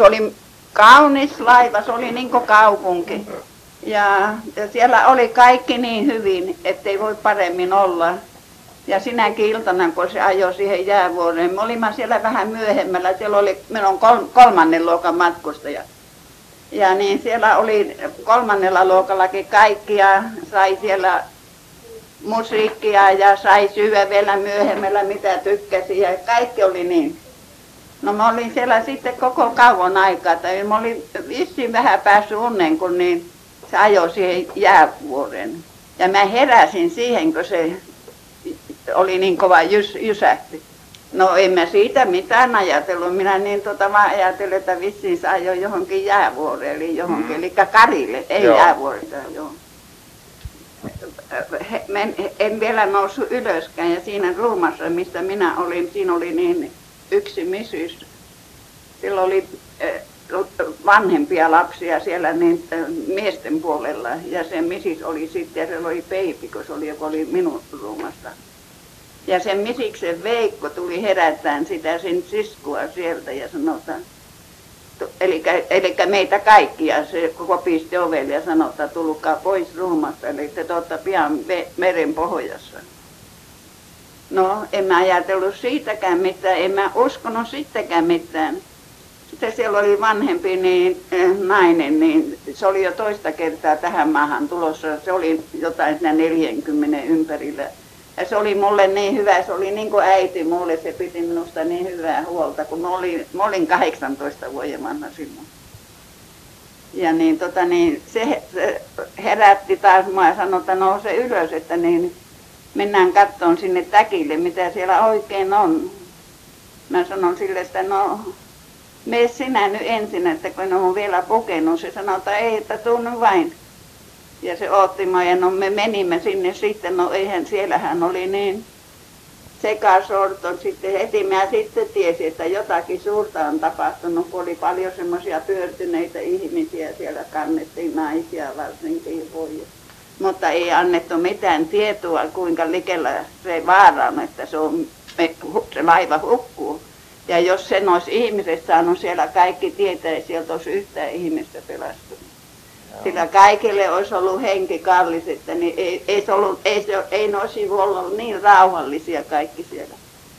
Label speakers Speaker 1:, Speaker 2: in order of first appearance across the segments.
Speaker 1: se oli kaunis laiva, se oli niin kuin kaupunki. Ja siellä oli kaikki niin hyvin, ettei voi paremmin olla. Ja sinäkin iltana, kun se ajoi siihen jäävuoreen, me olimme siellä vähän myöhemmällä, siellä oli minun 3. luokan matkustaja. Ja niin siellä oli 3. luokallakin kaikki ja sai siellä musiikkia ja sai syödä vielä myöhemmällä mitä tykkäsi ja kaikki oli niin. No mä olin siellä sitten koko kauan aikaa, tai mä olin vissiin vähän päässyt unen, kun niin se ajoi siihen jäävuoreen. Ja mä heräsin siihen, kun se oli niin kova jysähti. No en mä siitä mitään ajatellut. Minä niin vaan ajattelin, että vissiin se ajoi johonkin jäävuoreen, eli johonkin, eli Karille, ei jäävuoresta, joo. En vielä noussut ylöskään ja siinä ruumassa, mistä minä olin, siinä oli niin yksi misis. Sillä oli vanhempia lapsia siellä niin miesten puolella ja se misis oli sitten, ja se oli peipi, kun se oli, joka oli minun ruumasta. Ja sen misiksen Veikko tuli herättämään sitä sen siskua sieltä ja sanotaan, eli meitä kaikkia, se kopisti ovelle ja sanoi, että tulkaa pois ruumasta, eli te olette pian meren pohjassa. No, en mä ajatellut siitäkään mitään, en mä uskonut siitäkään mitään. Sitten siellä oli vanhempi niin, nainen, niin se oli jo toista kertaa tähän maahan tulossa, se oli jotain 40 ympärillä. Ja se oli mulle niin hyvä, se oli niin kuin äiti mulle, se piti minusta niin hyvää huolta, kun mä olin 18 vuoden vanha silloin. Ja niin, se herätti taas mua ja sanoi, että nouse ylös, että niin mennään katsomaan sinne täkille, mitä siellä oikein on. Mä sanon sille, että no, mene sinä nyt ensin, että kun on vielä pukenut, se sanoi, että ei, että tuu nyt vain. Ja se otti mua ja no me menimme sinne sitten, no eihän siellähän oli niin sekasorto sitten heti. Mä sitten tiesin, että jotakin suurta on tapahtunut, kun oli paljon semmoisia pyörtyneitä ihmisiä, siellä kannettiin naisia varsinkin pois. Mutta ei annettu mitään tietoa, kuinka likellä se vaara on, että se laiva hukkuu. Ja jos sen olisi ihmiset saanut siellä kaikki tietää, ei sieltä olisi yhtään ihmistä pelastunut. Sillä kaikille olisi ollut henki kallis, että niin ei ne olisi ollut niin rauhallisia kaikki siellä.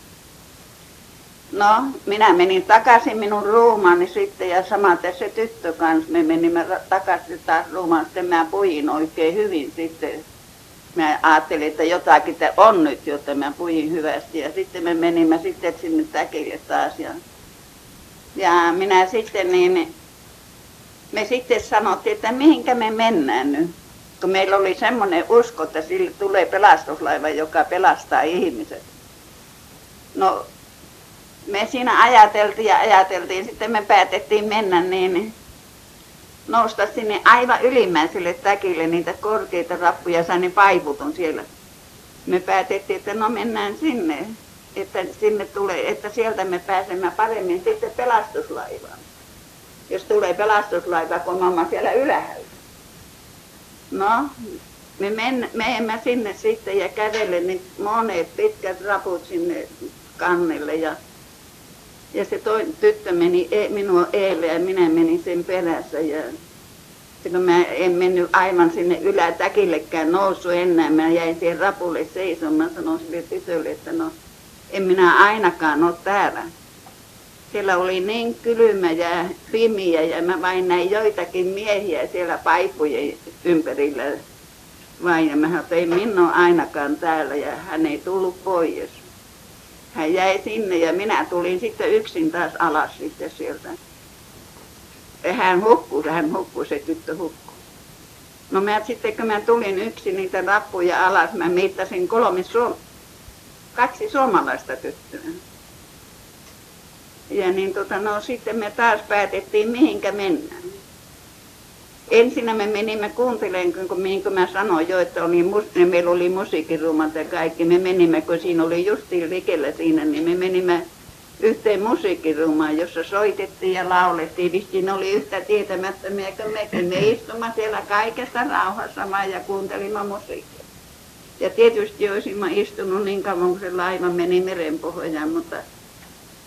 Speaker 1: No, minä menin takaisin minun ruumaani sitten ja samaten se tyttö kanssa, me menimme takaisin taas ruumaan, sitten mä puhin oikein hyvin sitten. Mä ajattelin, että jotakin on nyt, jotta mä puhin hyvästi ja sitten me menimme sitten sinne täkille taas. Ja minä sitten niin, me sitten sanottiin, että mihinkä me mennään nyt, kun meillä oli semmoinen usko, että sille tulee pelastuslaiva, joka pelastaa ihmiset. No, me siinä ajateltiin, sitten me päätettiin mennä niin, nousta sinne aivan ylimmäiselle täkille niitä korkeita rappuja, niin paiputun siellä. Me päätettiin, että no mennään sinne, että sieltä me pääsemme paremmin sitten pelastuslaivaan. Jos tulee pelastuslaiva, kun me olemme siellä ylhäällä. No, me emme sinne sitten ja kävelle niin monet pitkät raput sinne kannelle ja se tyttö meni minua eelle ja minä menin sen perässä ja kun mä en mennyt aivan sinne ylätäkillekään noussut enää, mä jäin siihen rapulle seisomaan, sanoin sille tytölle, että no en minä ainakaan ole täällä. Siellä oli niin kylmä ja pimiä ja mä vain näin joitakin miehiä siellä paipujen ympärillä. Vain ja mä sanoin, että ei minun ainakaan täällä ja hän ei tullut pois. Hän jäi sinne ja minä tulin sitten yksin taas alas sitten sieltä. Hän hukkui, se tyttö hukkui. No mä sitten kun mä tulin yksin niitä rappuja alas, mä mittasin 2 suomalaista tyttöä. Ja niin no sitten me taas päätettiin mihinkä mennään. Ensinnä me menimme kuuntelemaan, kun mä sanoin jo, että meillä oli musiikkiruumat ja kaikki. Me menimme, kun siinä oli justiin likellä siinä, niin me menimme yhteen musiikkiruumaan, jossa soitettiin ja laulettiin. Vissiin oli yhtä tietämättömiä kuin mekin. Me istumme siellä kaikesta rauhassa vaan ja kuuntelimme musiikkia. Ja tietysti olisimme istunut niin kauan, kun se laiva meni merenpohjaan, mutta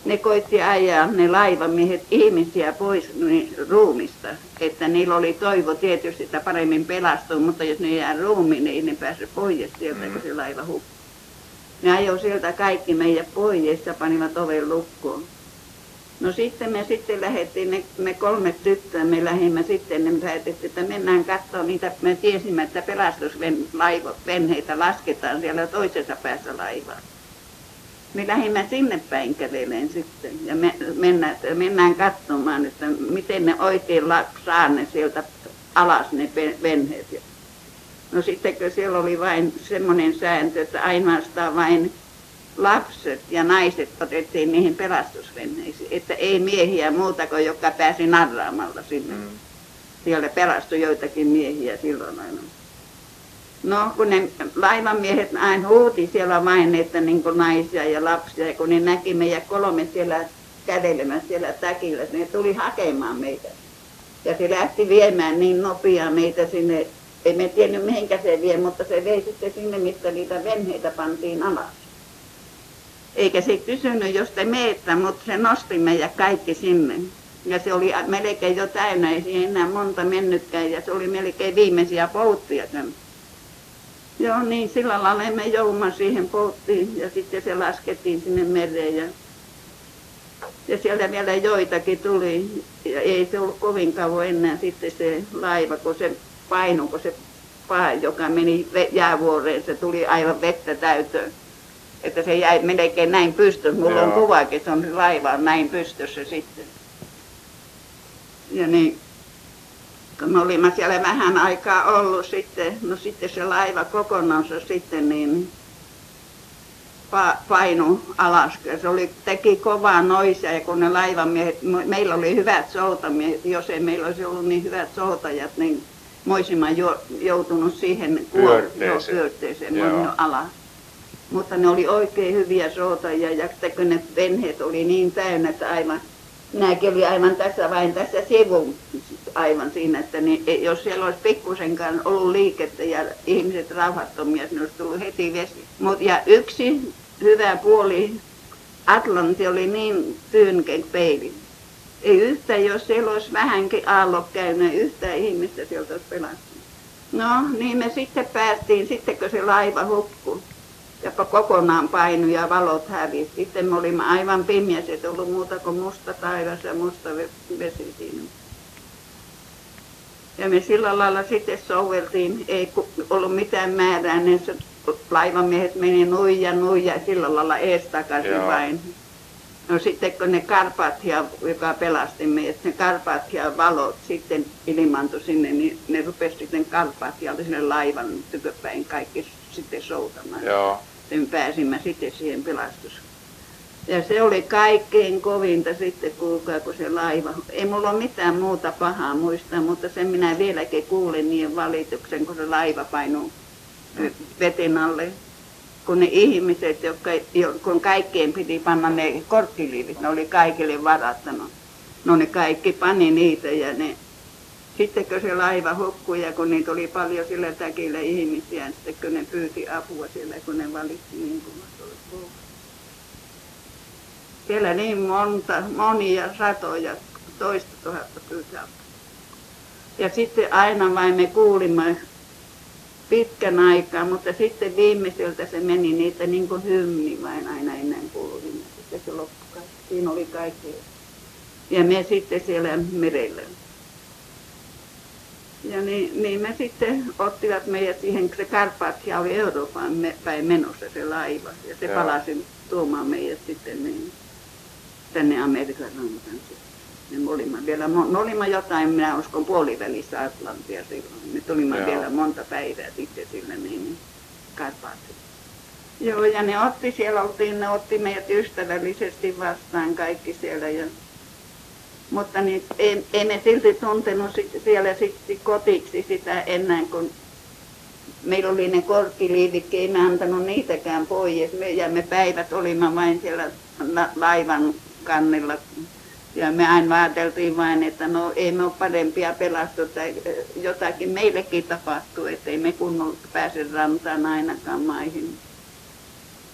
Speaker 1: ne koitti ajaa ne laivamiehet ihmisiä pois ruumista, että niillä oli toivo tietysti, että paremmin pelastuu, mutta jos ne jää ruumiin, niin ei ne pääse pois sieltä, kun se laiva hukkuu. Ne ajoi sieltä kaikki meidän pois ja panivat oven lukkoon. No sitten me lähdettiin, me 3 tyttöä, me lähdimme sitten, me päätettiin, että mennään katsomaan niitä, me tiesimme, että pelastusvenheitä lasketaan siellä toisessa päässä laivaa. Me lähdimme sinne päin kävelemään sitten ja mennään katsomaan, että miten ne oikein saa ne sieltä alas ne venheet. No sittenkö siellä oli vain semmoinen sääntö, että ainoastaan vain lapset ja naiset otettiin niihin pelastusvenneisiin, että ei miehiä muuta kuin jotka pääsi narraamalla sinne. Siellä pelastui joitakin miehiä silloin aina. No kun ne laivamiehet aina huuti siellä vain, että niin kuin naisia ja lapsia, ja kun ne näki meidän 3 siellä kävelemässä siellä täkillä, ne tuli hakemaan meitä. Ja se lähti viemään niin nopeaa meitä sinne, ei me tiennyt mihinkä se vie, mutta se vei sitten sinne, mistä niitä venheitä pantiin alas. Eikä se kysynyt, jos te meettä, mutta se nosti meidät kaikki sinne. Ja se oli melkein jo täynnä, ei siihen enää monta mennytkään, ja se oli melkein viimeisiä pouttia. Joo, niin sillä lailla me joudumme siihen pouttiin, ja sitten se laskettiin sinne mereen. Ja sieltä vielä joitakin tuli, ja ei se ollut kovin kauan enää sitten se laiva, kun se painui, kun se paa, joka meni jäävuoreen, se tuli aivan vettä täytöön. Että se jäi melkein näin pystyssä. Mulla on kuvakin, se on laiva näin pystyssä sitten. Ja niin, kun me olimme siellä vähän aikaa ollut sitten, no sitten se laiva kokonaansa sitten niin painui alas. Se teki kovaa noisia ja kun ne laivamiehet, meillä oli hyvät soutamiehet, jos ei meillä olisi ollut niin hyvät soutajat, niin me olisimme joutunut siihen pyörteeseen alas. Mutta ne oli oikein hyviä soutajia ja kun ne venheet oli niin täynnä, että aivan, nämäkin oli aivan tässä sivun aivan siinä, että niin, jos siellä olisi pikkusenkaan ollut liikettä ja ihmiset rauhattomia, niin olisi tullut heti vesi. Ja yksi hyvä puoli, Atlantti oli niin tyynken peili. Ei yhtään, jos siellä olisi vähänkin aallot käynyt, yhtään ihmistä sieltä olisi pelastunut. No niin me sitten päästiin, sitten kun se laiva hukkui. Ja kokonaan painui ja valot hävisi. Sitten me olimme aivan pimeässä, ei ollut muuta kuin musta taivas ja musta vesi siinä. Ja me sillä lailla sitten souveltiin, ei ollut mitään määrää, niin se laivamiehet meni nuija, sillä lailla eestakaisin vain. No sitten kun ne Karpathia, joka pelasti meidät, ne Karpathian valot sitten ilmaantui sinne, niin ne rupesi sitten Karpathialta sinne laivan tyköpäin kaikki sitten soutamaan. Joo. Sen pääsimme sitten siihen pelastuseen. Ja se oli kaikkein kovinta sitten, kuulkaa, kun se laiva. Ei mulla ole mitään muuta pahaa muistaa, mutta sen minä vieläkin kuulin niin valituksen, kun se laiva painui veten alle. Kun ne ihmiset, kun kaikkien piti panna ne korttiliivit, ne oli kaikille varattanut. No ne kaikki pani niitä ja ne. Sitten kun se laiva hukkui ja kun niitä oli paljon sillä täkillä ihmisiä, sitten kun ne pyyti apua siellä, kun ne valitti niin kuin siellä niin monia satoja, 10 000 pyytää apua. Ja sitten aina vain me kuulimme pitkän aikaa, mutta sitten viimeiseltä se meni niitä niin kuin hymni vain aina ennen kuulimme. Sitten se loppui kaikki. Siinä oli kaikki. Ja me sitten siellä merellä. Ja niin me sitten ottivat meidät siihen, se Karpathia oli Euroopan päin menossa se laiva. Ja se palasi tuomaan meidät sitten niin, tänne Amerikan rantaan. Ja me olimme jotain, minä uskon, puolivälissä Atlantia silloin. Me tulimme vielä monta päivää sitten sillä niin Karpathia. Joo, ja ne otti meidät ystävällisesti vastaan kaikki siellä. Mutta niin, ei me silti tuntenut siellä sitten kotiksi sitä ennen kuin meillä oli ne korkkiliivitkin, ei me antanut niitäkään pois. Me päivät olimme vain siellä laivan kannella. Ja me aina ajateltiin vain, että no ei me ole parempia pelastusta, jotakin meillekin tapahtuu, ettei me kunnolla pääse rantaan ainakaan maihin.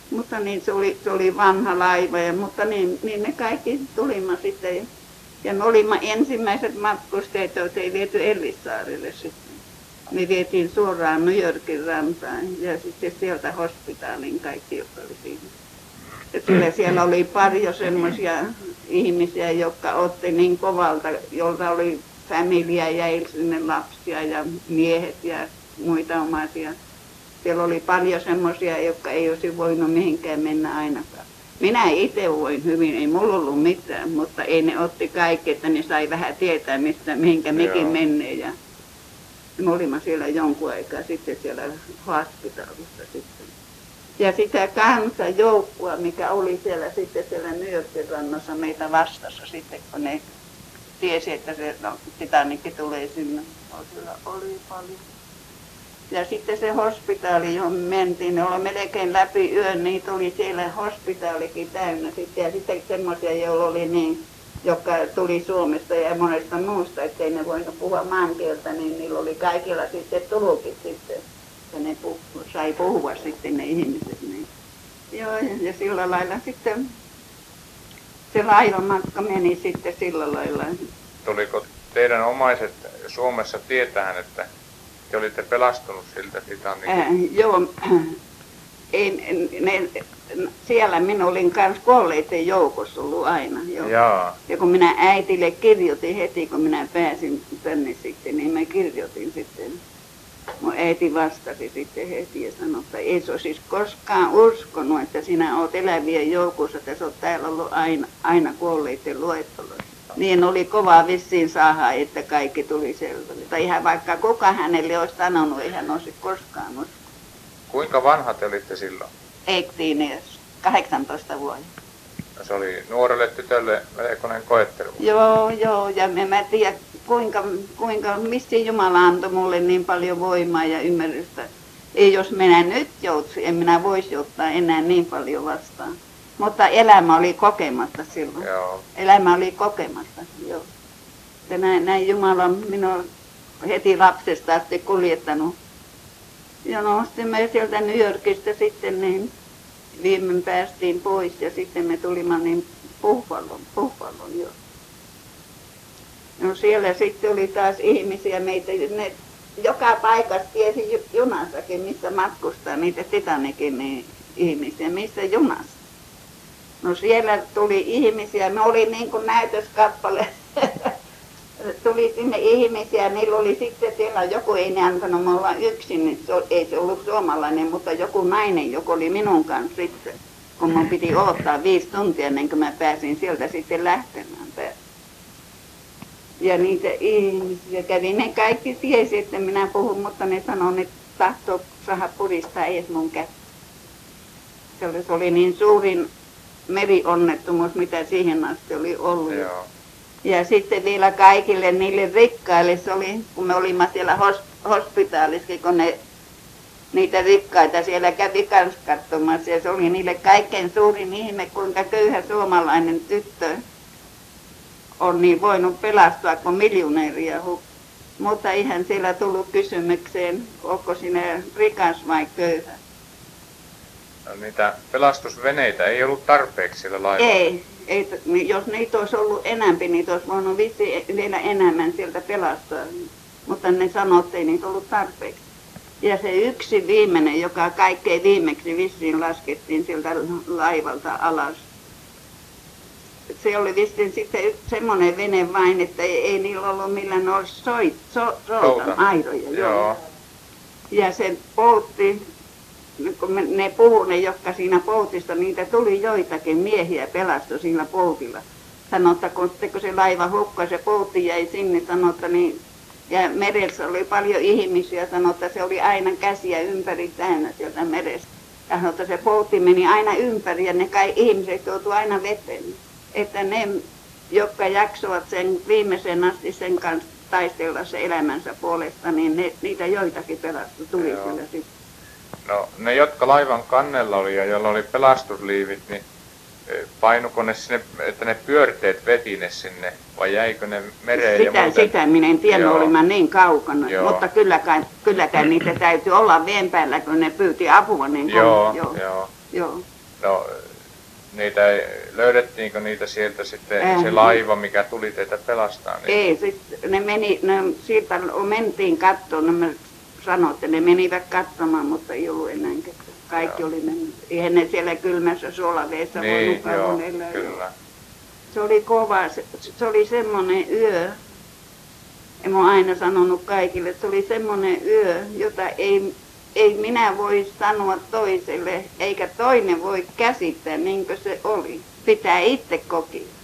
Speaker 1: Mutta niin se oli vanha laiva, mutta niin me kaikki tulimme sitten. Ja me olimme ensimmäiset matkustajat, joita ei viety Ellissaarille sitten. Me vietiin suoraan New Yorkin rantaan ja sitten sieltä hospitaaliin kaikki, jotka oli siinä. Ja siellä oli paljon semmoisia ihmisiä, jotka otti niin kovalta, jolta oli familia, jäi sinne lapsia ja miehet ja muita omaisia. Siellä oli paljon semmoisia, jotka ei olisi voinut mihinkään mennä ainakaan. Minä itse voin hyvin, ei mulla ollut mitään, mutta ei ne otti kaikki, että ne sai vähän tietää, mihinkä mekin menee. Ja me olimme siellä jonkun aikaa sitten siellä hospitaalissa sitten. Ja sitä kansanjoukkoa, mikä oli siellä sitten siellä New Yorkin rannassa meitä vastassa sitten, kun ne tiesi, että se Titanikki tulee sinne. Siellä oli paljon. Ja sitten se hospitaali, johon mentiin, ne oli melkein läpi yön, niitä oli siellä hospitaalikin täynnä sitten. Ja sitten semmoisia, joilla oli niin, jotka tuli Suomesta ja monesta muusta, ettei ne voinut puhua maankieltä, niin niillä oli kaikilla sitten tulkit sitten. Ja ne sai puhua sitten ne ihmiset. Niin. Joo, ja sillä lailla sitten se laivamatka meni sitten sillä lailla.
Speaker 2: Tuliko teidän omaiset Suomessa tietähän, että te olitte pelastunut siltä Titanicilta?
Speaker 1: Joo, siellä minä olin kanssa kuolleiden joukossa ollut aina. Joo. Ja kun minä äitille kirjoitin heti, kun minä pääsin tänne sitten, niin mä kirjoitin sitten. Mun äiti vastasi sitten heti ja sanoi, että ei se olisi koskaan uskonut, että sinä olet elävien joukossa, että sä oot täällä ollut aina kuolleiden luettelossa. Niin oli kova vissiin saada, että kaikki tuli selvälle. Tai ihan vaikka kuka hänelle olisi sanonut, ei hän olisi koskaan uskonut.
Speaker 2: Kuinka vanha te olitte silloin?
Speaker 1: Eiktiin 18 vuotta.
Speaker 2: No, se oli nuorelle tytölle melkoinen koettelu.
Speaker 1: Joo, ja mä tiedän mistä Jumala antoi mulle niin paljon voimaa ja ymmärrystä. Ei jos minä nyt joutuisin, en minä voisi ottaa enää niin paljon vastaan. Mutta elämä oli kokematta silloin.
Speaker 2: Joo.
Speaker 1: Elämä oli kokematta, joo. Ja näin Jumala on minua heti lapsesta asti kuljettanut. Ja nostimme sieltä New Yorkista sitten, niin viimein päästiin pois ja sitten me tulimme niin Buffalon, joo. No siellä sitten oli taas ihmisiä, meitä ne joka paikassa tiesi junassakin, missä matkustaa niitä Titanikin ihmisiä, missä junassa. No siellä tuli ihmisiä, me oli niin kuin näytöskappale, tuli sinne ihmisiä, niillä oli sitten siellä joku, ei ne antanut me olla yksin, niin ei se ollut suomalainen, mutta joku nainen, joka oli minun kanssa sitten, kun minun piti odottaa 5 tuntia ennen kuin mä pääsin sieltä sitten lähtemään. Ja niitä ihmisiä kävi, ne kaikki tiesi, että minä puhun, mutta ne sanoi, että tahtoo saada puristaa edes mun kättä. Se oli niin suurin merionnettomuus, mitä siihen asti oli ollut.
Speaker 2: Joo.
Speaker 1: Ja sitten vielä kaikille niille rikkaille, se oli, kun me olimme siellä hospitaalissa, kun niitä rikkaita siellä kävi kans katsomassa, ja se oli niille kaikkein suurin ihme, kuinka köyhä suomalainen tyttö on niin voinut pelastua, kun miljonääriä mutta eihän siellä tullut kysymykseen, onko sinä rikas vai köyhä.
Speaker 2: No, niitä pelastusveneitä ei ollut tarpeeksi siellä laivalla.
Speaker 1: Ei, jos niitä olisi ollut enemmän, niitä olisi voinut vielä enemmän sieltä pelastaa, mutta ne sanoi, että ei niitä ollut tarpeeksi. Ja se yksi viimeinen, joka kaikkein viimeksi vissiin laskettiin sieltä laivalta alas, se oli vissiin sitten semmoinen vene vain, että ei niillä ollut millään ne olisi soutan airoja. Joo. Ja se poltti, kun ne puhui ne, jotka siinä poutista, niitä tuli joitakin miehiä pelastui sillä poutilla. Sanoi, että kun se laiva hukkoi, se poutti jäi sinne, sanoi, että niin, ja meressä oli paljon ihmisiä, sanoi, että se oli aina käsiä ympäri täynnä sieltä merestä. Ja sanoi, että se poutti meni aina ympäri ja ne ihmiset joutuivat aina veteen. Että ne, jotka jaksoivat sen viimeisen asti sen kanssa taistella se elämänsä puolesta, niin niitä joitakin pelastui, tuli siellä sitten.
Speaker 2: No ne, jotka laivan kannella oli ja joilla oli pelastusliivit, niin painuko ne sinne, että ne pyörteet veti ne sinne, vai jäikö ne mereen?
Speaker 1: Sitä minä en tiedä, olimme niin kaukana, mutta kylläkään niitä täytyy olla veen päällä, kun ne pyyti apua niin
Speaker 2: joo. No, löydettiinkö niitä sieltä sitten, se laiva, mikä tuli teitä pelastaa? Niin...
Speaker 1: Ei, sitten siitä mentiin katsomaan, ne sanoivat, että ne menivät katsomaan, mutta ei ollut enää ketään. Kaikki oli mennyt. Eihän ne siellä kylmässä suolaveessa voinut kauan elää.
Speaker 2: Kyllä.
Speaker 1: Se oli kova, se oli semmoinen yö. En mä aina sanonut kaikille, että se oli semmoinen yö, jota ei minä voi sanoa toiselle, eikä toinen voi käsittää niin kuin se oli. Pitää itse kokea.